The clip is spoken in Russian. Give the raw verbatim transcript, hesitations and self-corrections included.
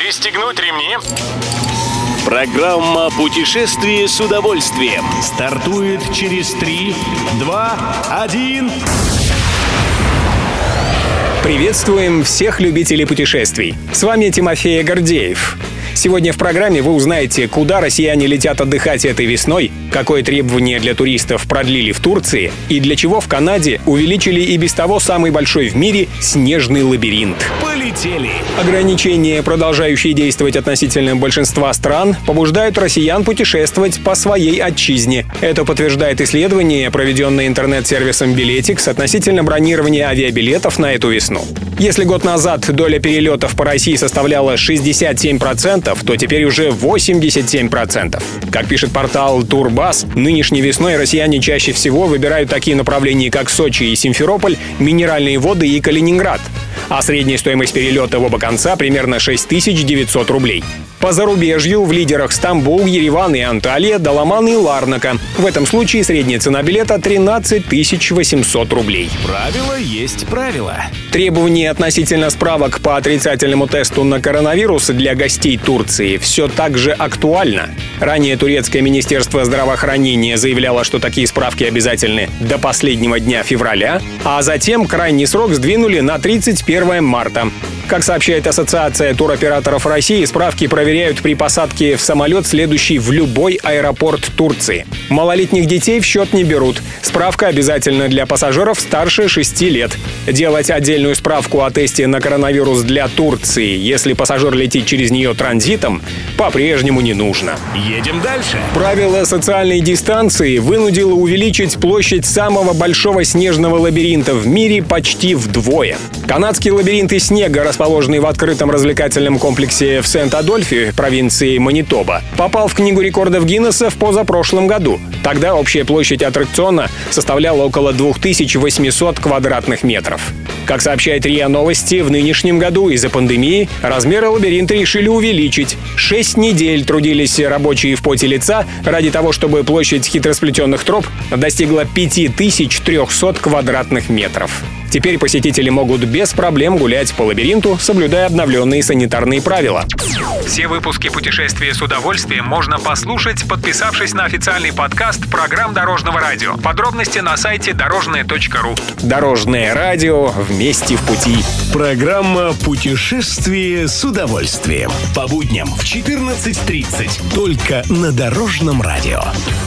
Пристегнуть ремни. Программа «Путешествие с удовольствием» стартует через три, два, один. Приветствуем всех любителей путешествий. С вами Тимофей Гордеев. Сегодня в программе вы узнаете, куда россияне летят отдыхать этой весной, какое требование для туристов продлили в Турции и для чего в Канаде увеличили и без того самый большой в мире снежный лабиринт. Полетели! Ограничения, продолжающие действовать относительно большинства стран, побуждают россиян путешествовать по своей отчизне. Это подтверждает исследование, проведенное интернет-сервисом Билетикс относительно бронирования авиабилетов на эту весну. Если год назад доля перелетов по России составляла шестьдесят семь процентов, то теперь уже восемьдесят семь процентов. Как пишет портал Турбас, нынешней весной россияне чаще всего выбирают такие направления, как Сочи и Симферополь, Минеральные воды и Калининград. А средняя стоимость перелета в оба конца примерно шесть тысяч девятьсот рублей. По зарубежью в лидерах Стамбул, Ереван и Анталия, Даламан и Ларнака. В этом случае средняя цена билета тринадцать тысяч восемьсот рублей. Правило есть правило. Требования относительно справок по отрицательному тесту на коронавирус для гостей Турции все так же актуально. Ранее турецкое министерство здравоохранения заявляло, что такие справки обязательны до последнего дня февраля, а затем крайний срок сдвинули на тридцать первое марта. Как сообщает Ассоциация туроператоров России, справки проверяют при посадке в самолет, следующий в любой аэропорт Турции. Малолетних детей в счет не берут. Справка обязательна для пассажиров старше шести лет. Делать отдельную справку о тесте на коронавирус для Турции, если пассажир летит через нее транзитом, по-прежнему не нужно. Едем дальше. Правило социальной дистанции вынудило увеличить площадь самого большого снежного лабиринта в мире почти вдвое. Канадский лабиринт из снега, расположенный в открытом развлекательном комплексе в Сент-Адольфе, провинции Манитоба, попал в Книгу рекордов Гиннесса в позапрошлом году. Тогда общая площадь аттракциона составляла около две тысячи восемьсот квадратных метров. Как сообщает РИА Новости, в нынешнем году из-за пандемии размеры лабиринта решили увеличить. Шесть недель трудились рабочие в поте лица ради того, чтобы площадь хитросплетенных троп достигла пять тысяч триста квадратных метров. Теперь посетители могут без проблем гулять по лабиринту, соблюдая обновленные санитарные правила. Все выпуски «Путешествия с удовольствием» можно послушать, подписавшись на официальный подкаст программ Дорожного радио. Подробности на сайте дорожное точка ру. Дорожное радио. Вместе в пути. Программа «Путешествие с удовольствием». По будням в четырнадцать тридцать. Только на Дорожном радио.